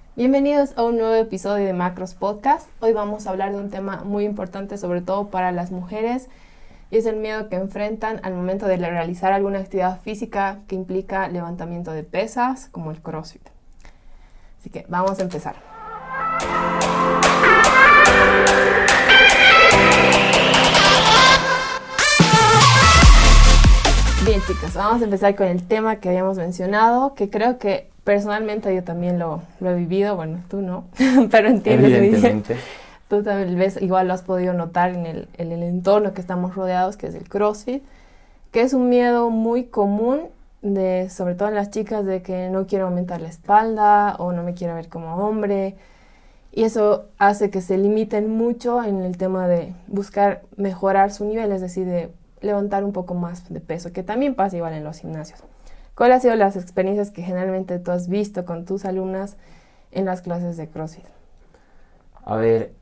Bienvenidos a un nuevo episodio de Macros Podcast. Hoy vamos a hablar de un tema muy importante, sobre todo para las mujeres, y es el miedo que enfrentan al momento de realizar alguna actividad física que implica levantamiento de pesas, como el CrossFit. Así que vamos a empezar. Bien, chicos, vamos a empezar con el tema que habíamos mencionado, que creo que personalmente yo también lo he vivido. Bueno, tú no, pero entiendes muy bien. Tú tal vez igual lo has podido notar en el entorno que estamos rodeados, que es el CrossFit, que es un miedo muy común, sobre todo en las chicas, de que no quiero aumentar la espalda o no me quiero ver como hombre. Y eso hace que se limiten mucho en el tema de buscar mejorar su nivel, es decir, de levantar un poco más de peso, que también pasa igual en los gimnasios. ¿Cuáles han sido las experiencias que generalmente tú has visto con tus alumnas en las clases de CrossFit? A ver,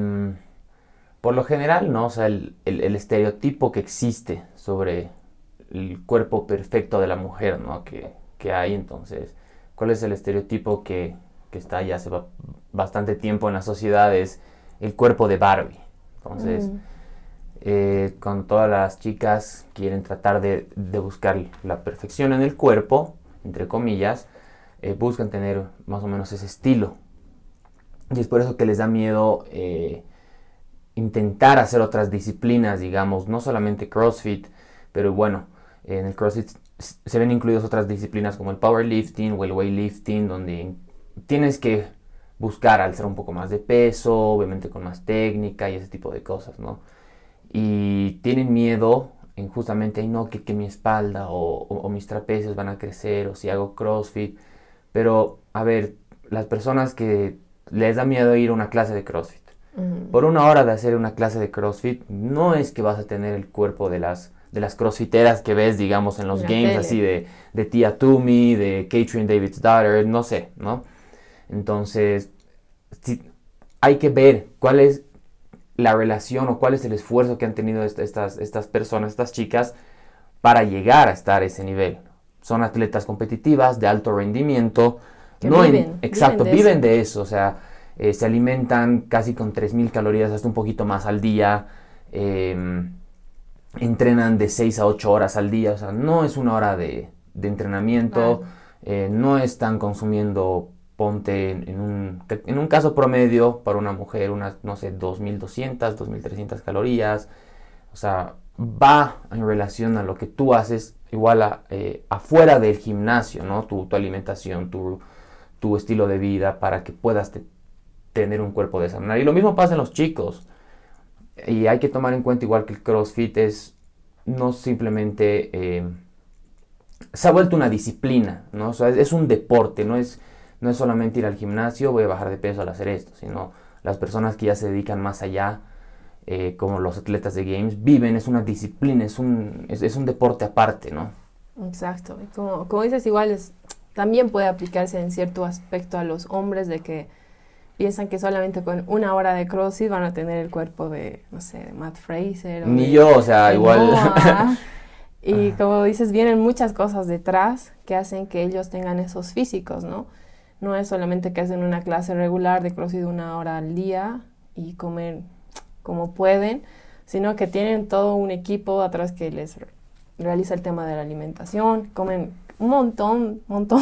por lo general, ¿no? O sea, el estereotipo que existe sobre el cuerpo perfecto de la mujer, ¿no? Que hay, entonces, ¿cuál es el estereotipo que está ya hace bastante tiempo en la sociedad? Es el cuerpo de Barbie. Entonces, cuando todas las chicas quieren tratar de buscar la perfección en el cuerpo, entre comillas, buscan tener más o menos ese estilo. Y es por eso que les da miedo intentar hacer otras disciplinas, digamos, no solamente CrossFit, pero bueno, en el CrossFit se ven incluidas otras disciplinas como el powerlifting o el weightlifting, donde tienes que buscar alzar un poco más de peso, obviamente con más técnica y ese tipo de cosas, ¿no? Y tienen miedo en justamente, no, que mi espalda o mis trapecios van a crecer, o si hago CrossFit. Pero, a ver, las personas que les da miedo ir a una clase de CrossFit, por una hora de hacer una clase de CrossFit, no es que vas a tener el cuerpo de las crossfiteras que ves, digamos, en los games, tele. Así de Tia Toomey, de Katrin David's Daughter, no sé, ¿no? Entonces, hay que ver cuál es la relación o cuál es el esfuerzo que han tenido estas personas, estas chicas, para llegar a estar a ese nivel. Son atletas competitivas, de alto rendimiento. Viven de eso. O sea, se alimentan casi con 3.000 calorías, hasta un poquito más al día. Entrenan de 6 a 8 horas al día. O sea, no es una hora de entrenamiento. No están consumiendo, ponte, en un caso promedio para una mujer, unas, no sé, 2.200, 2.300 calorías. O sea, va en relación a lo que tú haces, igual afuera del gimnasio, ¿no? Tu alimentación, tu estilo de vida, para que puedas tener un cuerpo de esa manera. Y lo mismo pasa en los chicos. Y hay que tomar en cuenta igual que el CrossFit es no simplemente... se ha vuelto una disciplina, ¿no? O sea, es un deporte, no es solamente ir al gimnasio, voy a bajar de peso al hacer esto, sino las personas que ya se dedican más allá, como los atletas de games, viven, es una disciplina, es un deporte aparte, ¿no? Exacto. Y como dices, igual también puede aplicarse en cierto aspecto a los hombres, de que piensan que solamente con una hora de CrossFit van a tener el cuerpo de, no sé, de Matt Fraser. Ni yo, o sea, igual. Y como dices, vienen muchas cosas detrás que hacen que ellos tengan esos físicos, ¿no? No es solamente que hacen una clase regular de CrossFit una hora al día y comen como pueden, sino que tienen todo un equipo atrás que les realiza el tema de la alimentación, comen un montón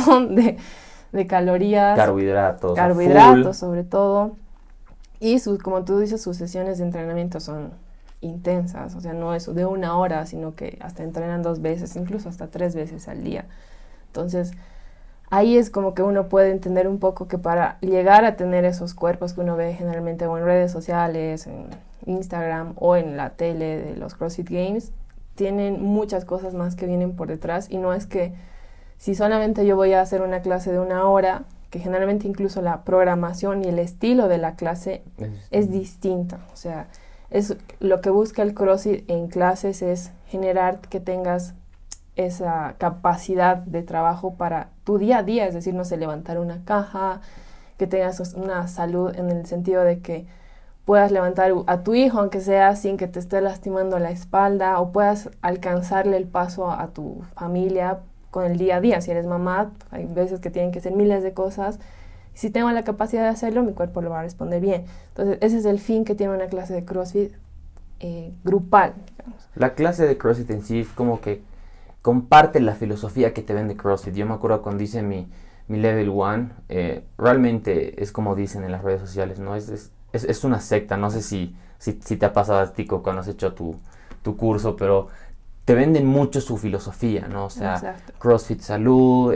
de calorías. Carbohidratos sobre todo. Y como tú dices, sus sesiones de entrenamiento son intensas, o sea, no es de una hora, sino que hasta entrenan 2 veces, incluso hasta 3 veces al día. Entonces, ahí es como que uno puede entender un poco que para llegar a tener esos cuerpos que uno ve generalmente o en redes sociales, en Instagram o en la tele de los CrossFit Games, tienen muchas cosas más que vienen por detrás, y no es que si solamente yo voy a hacer una clase de una hora, que generalmente incluso la programación y el estilo de la clase es distinta. O sea, es lo que busca el CrossFit en clases, es generar que tengas esa capacidad de trabajo para tu día a día, es decir, no sé, levantar una caja, que tengas una salud en el sentido de que puedas levantar a tu hijo, aunque sea sin que te esté lastimando la espalda, o puedas alcanzarle el paso a tu familia con el día a día. Si eres mamá, hay veces que tienen que ser miles de cosas Si tengo la capacidad de hacerlo, mi cuerpo lo va a responder bien. Entonces, ese es el fin que tiene una clase de CrossFit grupal, digamos. La clase de CrossFit en sí es como que comparte la filosofía que te vende CrossFit. Yo me acuerdo cuando hice mi Level 1, realmente es como dicen en las redes sociales, ¿no? Es una secta. No sé si te ha pasado a ti cuando has hecho tu curso, pero te venden mucho su filosofía, ¿no? O sea, Exacto. CrossFit Salud,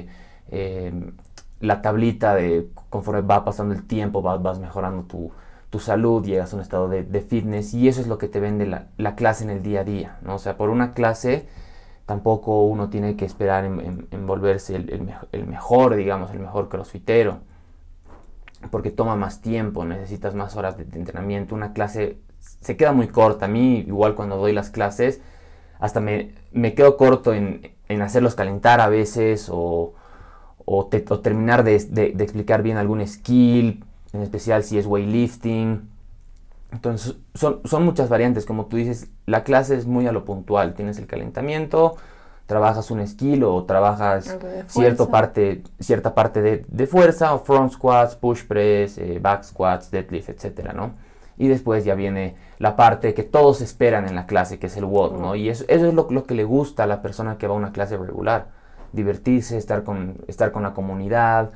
la tablita de conforme va pasando el tiempo, vas mejorando tu salud, llegas a un estado de fitness, y eso es lo que te vende la clase en el día a día, ¿no? O sea, por una clase tampoco uno tiene que esperar en volverse el mejor, digamos, el mejor crossfitero, porque toma más tiempo, necesitas más horas de entrenamiento. Una clase se queda muy corta. A mí, igual cuando doy las clases, hasta me quedo corto en hacerlos calentar a veces, o terminar de explicar bien algún skill, en especial si es weightlifting. Entonces son muchas variantes. Como tú dices, la clase es muy a lo puntual. Tienes el calentamiento, trabajas un skill o trabajas cierta parte de fuerza, o front squats, push press, back squats, deadlift, etcétera, ¿no? Y después ya viene la parte que todos esperan en la clase, que es el WOD, ¿no? Y eso es lo que le gusta a la persona que va a una clase regular. Divertirse, estar con la comunidad,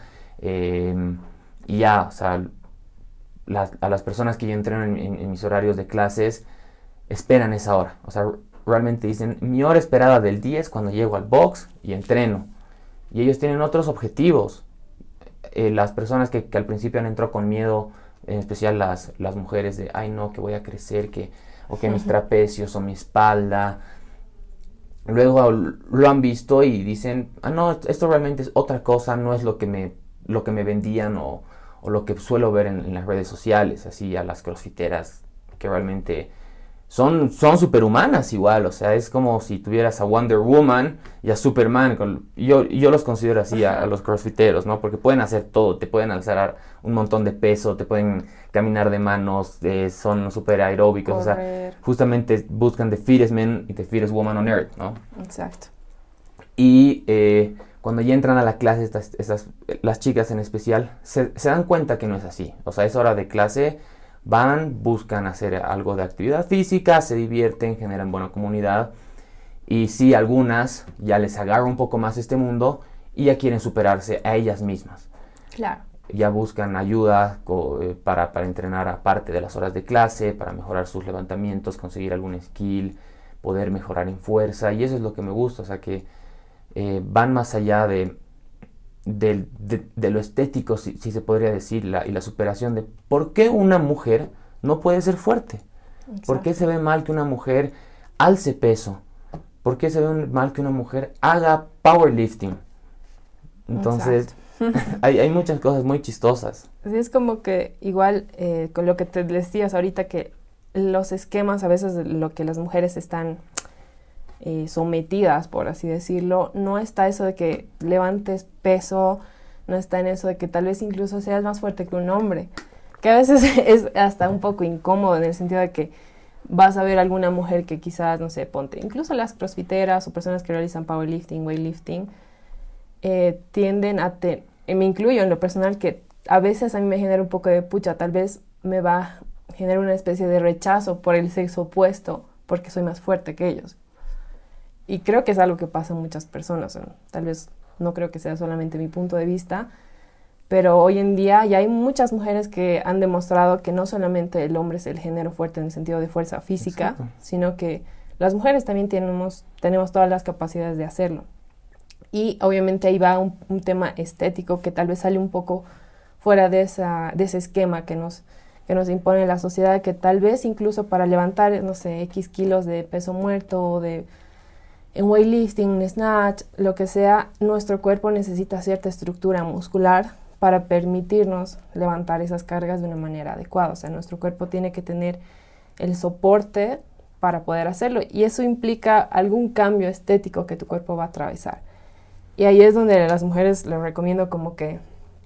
y ya, o sea, a las personas que yo entreno en mis horarios de clases esperan esa hora. O sea, realmente dicen, mi hora esperada del día es cuando llego al box y entreno. Y ellos tienen otros objetivos. Las personas que al principio han entrado con miedo, en especial las mujeres, de, ay no, que voy a crecer, o que mis trapecios o mi espalda. Luego lo han visto y dicen, no, esto realmente es otra cosa, no es lo que me vendían, o lo que suelo ver en las redes sociales, así a las crossfiteras que realmente son superhumanas igual. O sea, es como si tuvieras a Wonder Woman y a Superman. Yo los considero así a los crossfiteros, ¿no? Porque pueden hacer todo, te pueden alzar un montón de peso, te pueden caminar de manos, son super aeróbicos. Correr. O sea, justamente buscan the fittest man y the fittest woman on earth, ¿no? Exacto. Y cuando ya entran a la clase, las chicas en especial, se dan cuenta que no es así. O sea, es hora de clase, buscan hacer algo de actividad física, se divierten, generan buena comunidad. Y sí, algunas ya les agarra un poco más este mundo y ya quieren superarse a ellas mismas. Claro. Ya buscan ayuda para entrenar aparte de las horas de clase, para mejorar sus levantamientos, conseguir algún skill, poder mejorar en fuerza. Y eso es lo que me gusta, o sea que van más allá de lo estético, si se podría decir, y la superación de por qué una mujer no puede ser fuerte. Exacto. ¿Por qué se ve mal que una mujer alce peso? ¿Por qué se ve mal que una mujer haga powerlifting? Entonces, hay muchas cosas muy chistosas. Sí, es como que igual con lo que te decías ahorita, que los esquemas a veces de lo que las mujeres están sometidas, por así decirlo, no está eso de que levantes peso, no está en eso de que tal vez incluso seas más fuerte que un hombre, que a veces es hasta un poco incómodo, en el sentido de que vas a ver alguna mujer que quizás, no sé, ponte, incluso las crossfiteras o personas que realizan powerlifting, weightlifting, tienden a me incluyo en lo personal, que a veces a mí me genera un poco de pucha, tal vez me va a generar una especie de rechazo por el sexo opuesto, porque soy más fuerte que ellos. Y creo que es algo que pasa en muchas personas. Tal vez no creo que sea solamente mi punto de vista, pero hoy en día ya hay muchas mujeres que han demostrado que no solamente el hombre es el género fuerte en el sentido de fuerza física, exacto, sino que las mujeres también tenemos todas las capacidades de hacerlo. Y obviamente ahí va un tema estético que tal vez sale un poco fuera de ese esquema que nos impone la sociedad, que tal vez incluso para levantar, no sé, X kilos de peso muerto o en weightlifting, en snatch, lo que sea, nuestro cuerpo necesita cierta estructura muscular para permitirnos levantar esas cargas de una manera adecuada. O sea, nuestro cuerpo tiene que tener el soporte para poder hacerlo, y eso implica algún cambio estético que tu cuerpo va a atravesar. Y ahí es donde a las mujeres les recomiendo como que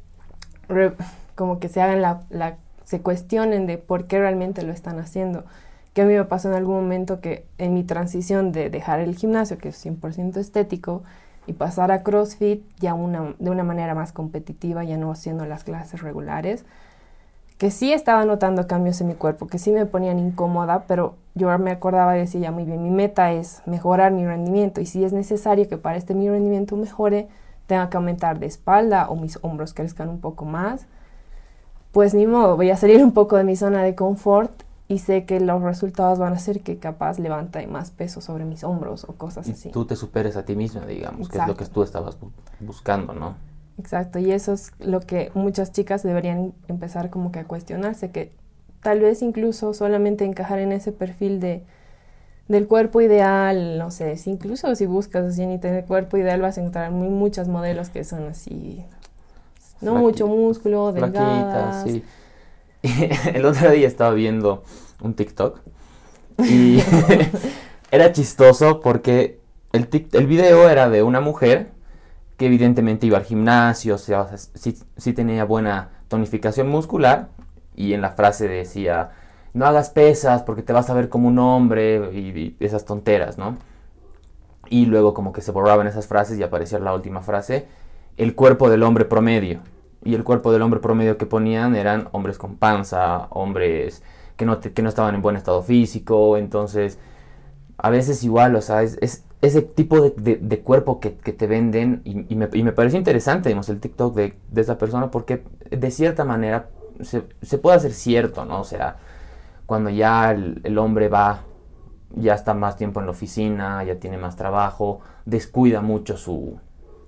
se hagan se cuestionen de por qué realmente lo están haciendo. Que a mí me pasó en algún momento que en mi transición de dejar el gimnasio, que es 100% estético, y pasar a CrossFit ya de una manera más competitiva, ya no haciendo las clases regulares, que sí estaba notando cambios en mi cuerpo, que sí me ponían incómoda, pero yo me acordaba y decía, ya muy bien, mi meta es mejorar mi rendimiento, y si es necesario que para mi rendimiento mejore, tenga que aumentar de espalda o mis hombros crezcan un poco más, pues ni modo, voy a salir un poco de mi zona de confort y sé que los resultados van a ser que capaz levante más peso sobre mis hombros o cosas así. Y tú te superes a ti misma, digamos, Exacto. que es lo que tú estabas buscando, ¿no? Exacto, y eso es lo que muchas chicas deberían empezar como que a cuestionarse, que tal vez incluso solamente encajar en ese perfil del cuerpo ideal, no sé, incluso si buscas así en internet cuerpo ideal vas a encontrar muchas modelos que son así, no mucho músculo, delgadas. Sí. El otro día estaba viendo un TikTok y era chistoso porque el video era de una mujer que evidentemente iba al gimnasio, o sea, sí tenía buena tonificación muscular, y en la frase decía, no hagas pesas porque te vas a ver como un hombre, y esas tonteras, ¿no? Y luego como que se borraban esas frases y aparecía la última frase, el cuerpo del hombre promedio. Y el cuerpo del hombre promedio que ponían eran hombres con panza, hombres que no estaban en buen estado físico. Entonces, a veces igual, o sea, es ese tipo de cuerpo que te venden, y me pareció interesante, digamos, el TikTok de esa persona, porque de cierta manera se puede hacer cierto, ¿no? O sea, cuando ya el hombre ya está más tiempo en la oficina, ya tiene más trabajo, descuida mucho su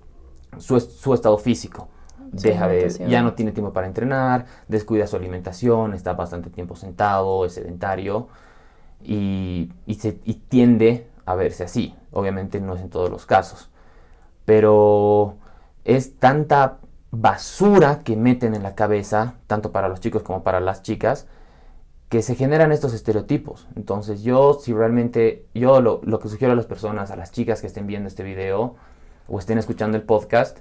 estado físico. Ya no tiene tiempo para entrenar, descuida su alimentación, está bastante tiempo sentado, es sedentario, y tiende a verse así. Obviamente no es en todos los casos, pero es tanta basura que meten en la cabeza, tanto para los chicos como para las chicas, que se generan estos estereotipos. Entonces yo lo que sugiero a las personas, a las chicas que estén viendo este video o estén escuchando el podcast,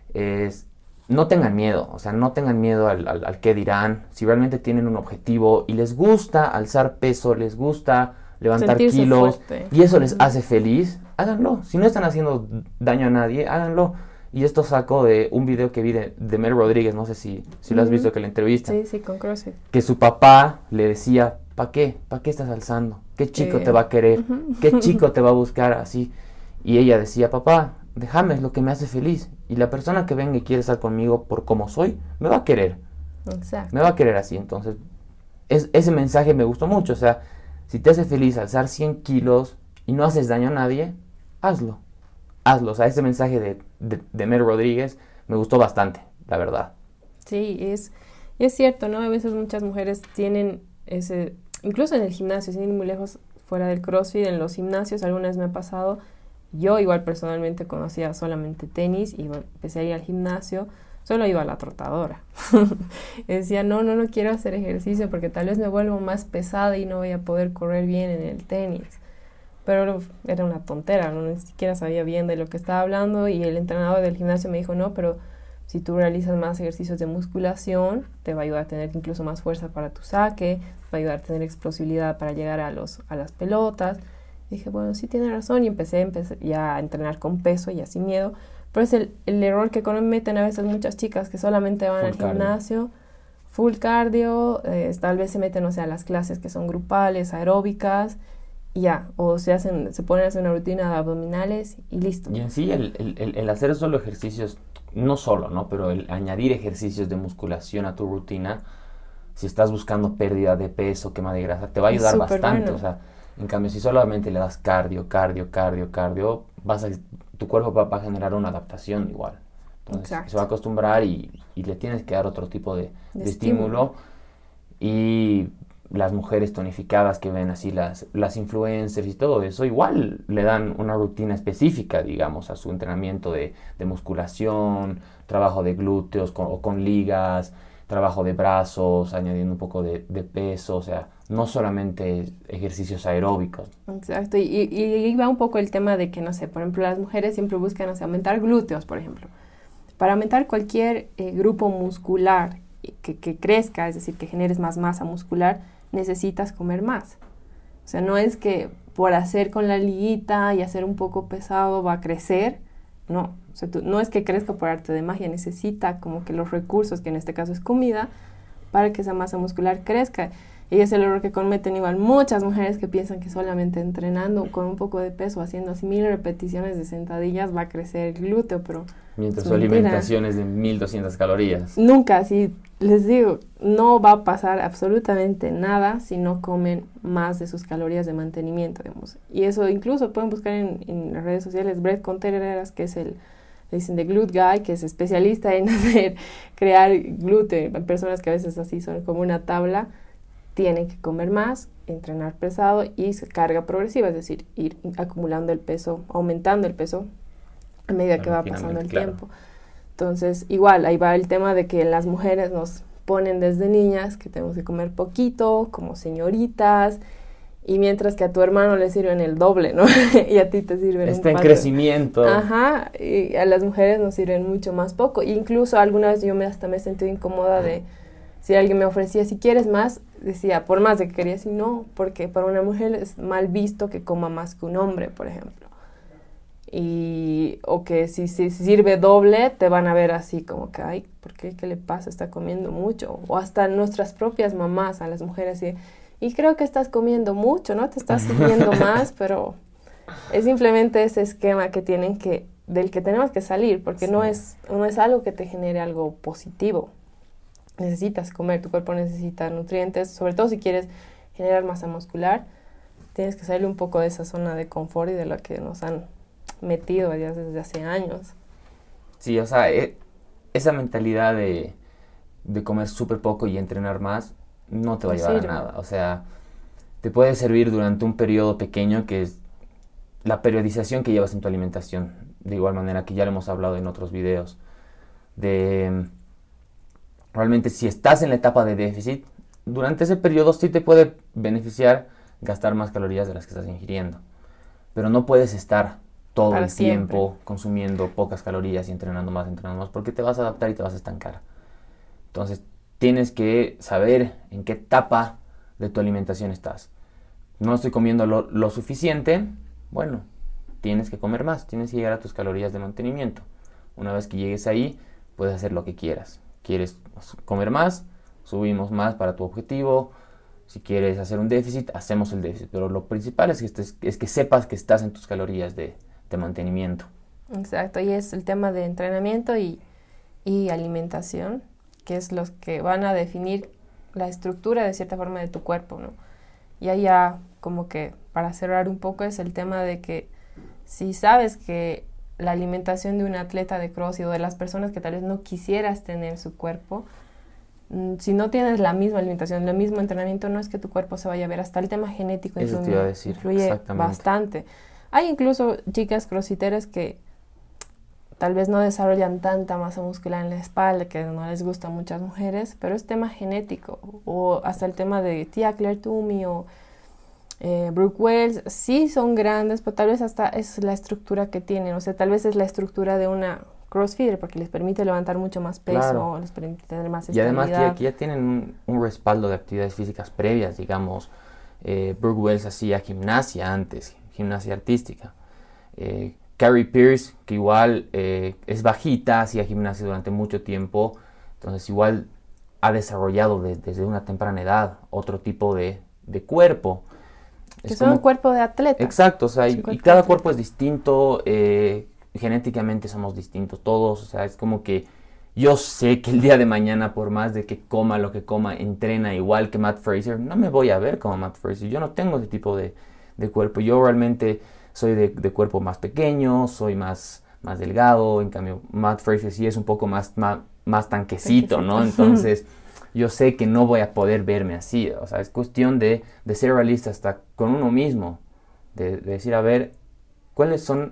es no tengan miedo, o sea, no tengan miedo al qué dirán. Si realmente tienen un objetivo y les gusta alzar peso, les gusta levantar sentirse kilos fuerte, y eso les hace feliz, háganlo. Si no están haciendo daño a nadie, háganlo. Y esto saco de un video que vi de Mel Rodríguez, no sé si lo has visto, que la entrevista. Sí, con CrossFit. Que su papá le decía, ¿para qué? ¿Para qué estás alzando? ¿Qué chico te va a querer? ¿Qué chico te va a buscar así? Y ella decía, papá, déjame, es lo que me hace feliz. Y la persona que venga y quiere estar conmigo por como soy, me va a querer. Exacto. Me va a querer así. Entonces, ese mensaje me gustó mucho. O sea, si te hace feliz alzar 100 kilos y no haces daño a nadie, hazlo. Hazlo. O sea, ese mensaje de Mel Rodríguez me gustó bastante, la verdad. Sí, es cierto, ¿no? A veces muchas mujeres tienen incluso en el gimnasio, sin ir muy lejos fuera del CrossFit, en los gimnasios, alguna vez me ha pasado. Yo igual personalmente conocía solamente tenis y empecé a ir al gimnasio, solo iba a la trotadora. Decía, no quiero hacer ejercicio porque tal vez me vuelvo más pesada y no voy a poder correr bien en el tenis. Pero era una tontera, ¿no? Ni siquiera sabía bien de lo que estaba hablando, y el entrenador del gimnasio me dijo, no, pero si tú realizas más ejercicios de musculación, te va a ayudar a tener incluso más fuerza para tu saque, te va a ayudar a tener explosividad para llegar a las pelotas. Dije, bueno, sí tiene razón, y empecé ya a entrenar con peso, ya sin miedo. Pero es el error que cometen a veces muchas chicas que solamente van al gimnasio, full cardio, tal vez se meten, o sea, a las clases que son grupales, aeróbicas, y ya, o se ponen a hacer una rutina de abdominales y listo. Y en sí, el hacer solo ejercicios, no solo, ¿no? Pero el añadir ejercicios de musculación a tu rutina, si estás buscando pérdida de peso, quema de grasa, te va a ayudar bastante, bueno. O sea, en cambio, si solamente le das cardio, tu cuerpo va a generar una adaptación igual. Entonces, se va a acostumbrar y le tienes que dar otro tipo de estímulo. Y las mujeres tonificadas que ven así, las influencers y todo eso, igual le dan una rutina específica, digamos, a su entrenamiento de musculación, trabajo de glúteos con ligas, trabajo de brazos, añadiendo un poco de peso, o sea, no solamente ejercicios aeróbicos. Exacto, y va un poco el tema de que, no sé, por ejemplo, las mujeres siempre buscan, no sé, aumentar glúteos, por ejemplo. Para aumentar cualquier grupo muscular que crezca, es decir, que generes más masa muscular, necesitas comer más. O sea, no es que por hacer con la liguita y hacer un poco pesado va a crecer, No, o sea, no es que crezca por arte de magia, necesita como que los recursos, que en este caso es comida, para que esa masa muscular crezca. Y es el error que cometen igual muchas mujeres que piensan que solamente entrenando con un poco de peso, haciendo así 1000 repeticiones de sentadillas va a crecer el glúteo, pero mientras su alimentación es de 1200 calorías. Nunca, si les digo, no va a pasar absolutamente nada si no comen más de sus calorías de mantenimiento, digamos. Y eso incluso pueden buscar en las redes sociales, Brett Contreras, que es le dicen The Glute Guy, que es especialista en crear glúteo en personas que a veces así son como una tabla. Tienen que comer más, entrenar pesado y carga progresiva, es decir, ir acumulando el peso, aumentando el peso a medida que va pasando el tiempo. Entonces, igual, ahí va el tema de que las mujeres nos ponen desde niñas que tenemos que comer poquito, como señoritas, y mientras que a tu hermano le sirven el doble, ¿no? Y a ti te sirven Está en crecimiento. Ajá, y a las mujeres nos sirven mucho más poco. E incluso alguna vez yo hasta me sentí incómoda de, si alguien me ofrecía, si quieres más, decía, por más de que quería, si no, porque para una mujer es mal visto que coma más que un hombre, por ejemplo. O que si sirve doble, te van a ver así como que, ay, ¿por qué? ¿Qué le pasa? Está comiendo mucho. O hasta nuestras propias mamás, a las mujeres, y creo que estás comiendo mucho, ¿no? Te estás sirviendo más, pero es simplemente ese esquema que del que tenemos que salir, porque no es algo que te genere algo positivo. Necesitas comer, tu cuerpo necesita nutrientes, sobre todo si quieres generar masa muscular, tienes que salir un poco de esa zona de confort y de lo que nos han metido ya desde hace años. Sí, o sea, esa mentalidad de comer súper poco y entrenar más no te va a llevar a nada. O sea, te puede servir durante un periodo pequeño, que es la periodización que llevas en tu alimentación, de igual manera que ya lo hemos hablado en otros videos, realmente si estás en la etapa de déficit, durante ese periodo sí te puede beneficiar gastar más calorías de las que estás ingiriendo, pero no puedes estar todo el tiempo consumiendo pocas calorías y entrenando más, porque te vas a adaptar y te vas a estancar. Entonces tienes que saber en qué etapa de tu alimentación estás. No estoy comiendo lo suficiente, bueno, tienes que comer más, tienes que llegar a tus calorías de mantenimiento. Una vez que llegues ahí, puedes hacer lo que quieras. ¿Quieres comer más? Subimos más para tu objetivo. Si quieres hacer un déficit, hacemos el déficit. Pero lo principal es que sepas que estás en tus calorías de mantenimiento. Exacto, y es el tema de entrenamiento y alimentación, que es los que van a definir la estructura de cierta forma de tu cuerpo, ¿no? Y allá, como que para cerrar un poco, es el tema de que si sabes que la alimentación de un atleta de CrossFit o de las personas que tal vez no quisieras tener su cuerpo, si no tienes la misma alimentación, el mismo entrenamiento, no es que tu cuerpo se vaya a ver, hasta el tema genético influye bastante. Hay incluso chicas crossfiteras que tal vez no desarrollan tanta masa muscular en la espalda, que no les gusta a muchas mujeres, pero es tema genético, o hasta el tema de tía Claire Toomey o Brooke Wells, sí son grandes, pero tal vez hasta es la estructura que tienen, o sea, tal vez es la estructura de una crossfitter, porque les permite levantar mucho más peso, claro, les permite tener más estabilidad. Y además que ya tienen un respaldo de actividades físicas previas, digamos, Brooke Wells hacía gimnasia antes, gimnasia artística. Carrie Pierce, que igual es bajita, hacía gimnasia durante mucho tiempo, entonces igual ha desarrollado desde una temprana edad otro tipo de cuerpo. Que son un cuerpo de atleta. Exacto, o sea, y cada cuerpo es distinto, genéticamente somos distintos todos, o sea, es como que yo sé que el día de mañana, por más de que coma lo que coma, entrena igual que Matt Fraser, no me voy a ver como Matt Fraser, yo no tengo ese tipo de cuerpo, yo realmente soy de cuerpo más pequeño, soy más delgado, en cambio Matt Fraser sí es un poco más tanquecito, ¿no? Entonces yo sé que no voy a poder verme así, o sea, es cuestión de ser realista hasta con uno mismo, de decir, a ver, ¿cuáles son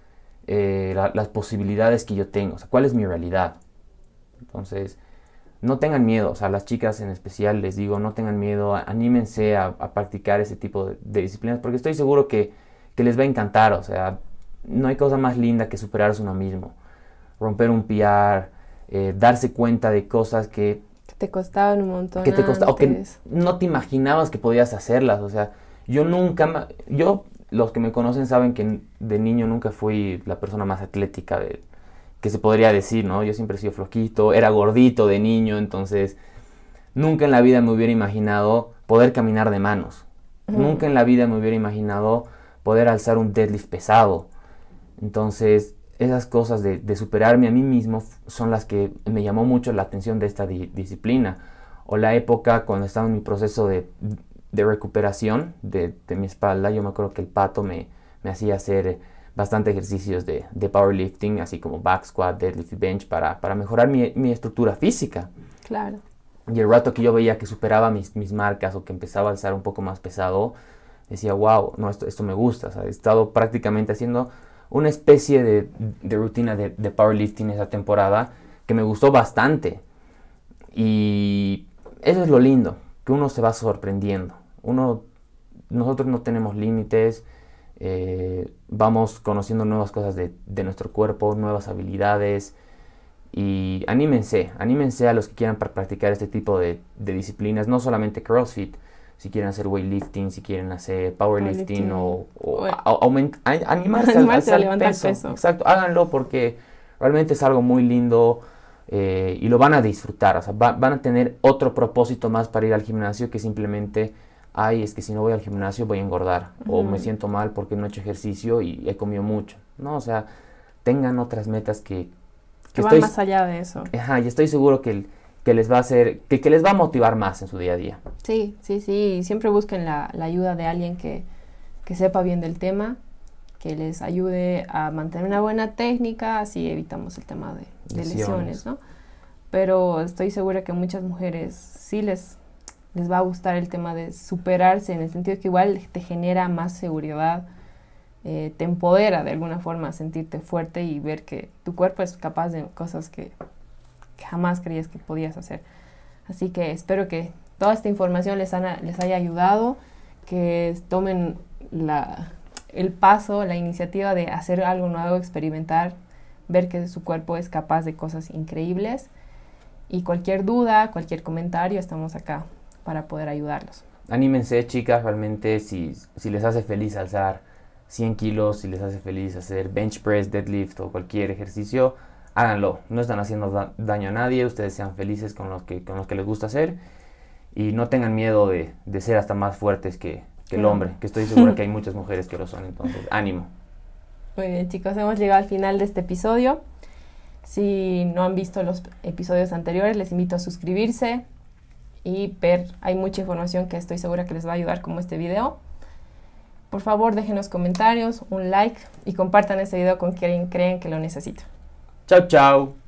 las posibilidades que yo tengo? O sea, ¿cuál es mi realidad? Entonces, no tengan miedo, o sea, las chicas en especial les digo, no tengan miedo, anímense a practicar ese tipo de disciplinas, porque estoy seguro que les va a encantar, o sea, no hay cosa más linda que superarse uno mismo, romper un PR, darse cuenta de cosas que te costaban un montón o que no te imaginabas que podías hacerlas, o sea, yo los que me conocen saben que de niño nunca fui la persona más atlética que se podría decir, ¿no? Yo siempre he sido floquito, era gordito de niño, entonces nunca en la vida me hubiera imaginado poder caminar de manos. Nunca en la vida me hubiera imaginado poder alzar un deadlift pesado. Entonces, esas cosas de superarme a mí mismo son las que me llamó mucho la atención de esta disciplina. O la época cuando estaba en mi proceso de recuperación de mi espalda, yo me acuerdo que el Pato me hacía hacer bastante ejercicios de powerlifting, así como back squat, deadlift y bench, para mejorar mi estructura física. Claro. Y el rato que yo veía que superaba mis marcas o que empezaba a alzar un poco más pesado, decía, wow, no, esto me gusta. O sea, he estado prácticamente haciendo una especie de rutina de powerlifting esa temporada que me gustó bastante. Y eso es lo lindo, que uno se va sorprendiendo. Nosotros no tenemos límites, vamos conociendo nuevas cosas de nuestro cuerpo, nuevas habilidades. Y anímense a los que quieran practicar este tipo de disciplinas, no solamente CrossFit, si quieren hacer weightlifting, si quieren hacer powerlifting o animarse a levantar peso. Exacto, háganlo porque realmente es algo muy lindo y lo van a disfrutar. O sea, van a tener otro propósito más para ir al gimnasio que simplemente, es que si no voy al gimnasio voy a engordar o me siento mal porque no he hecho ejercicio y he comido mucho. No, o sea, tengan otras metas que van más allá de eso. Y estoy seguro que les va a hacer, que les va a motivar más en su día a día. Sí. Siempre busquen la ayuda de alguien que sepa bien del tema, que les ayude a mantener una buena técnica, así evitamos el tema de lesiones, ¿no? Pero estoy segura que a muchas mujeres sí les va a gustar el tema de superarse, en el sentido que igual te genera más seguridad, te empodera de alguna forma a sentirte fuerte y ver que tu cuerpo es capaz de cosas que jamás creías que podías hacer. Así que espero que toda esta información les haya ayudado, que tomen el paso, la iniciativa de hacer algo nuevo, experimentar, ver que su cuerpo es capaz de cosas increíbles. Y cualquier duda, cualquier comentario, estamos acá para poder ayudarlos. Anímense, chicas, realmente si les hace feliz alzar 100 kilos, si les hace feliz hacer bench press, deadlift o cualquier ejercicio, háganlo. No están haciendo daño a nadie, ustedes sean felices con lo que les gusta hacer y no tengan miedo de ser hasta más fuertes que el hombre, que estoy segura que hay muchas mujeres que lo son, entonces ánimo. Muy bien, chicos, hemos llegado al final de este episodio. Si no han visto los episodios anteriores, les invito a suscribirse y ver, hay mucha información que estoy segura que les va a ayudar, como este video. Por favor, déjenos comentarios, un like y compartan este video con quien creen que lo necesita. Chao, chao.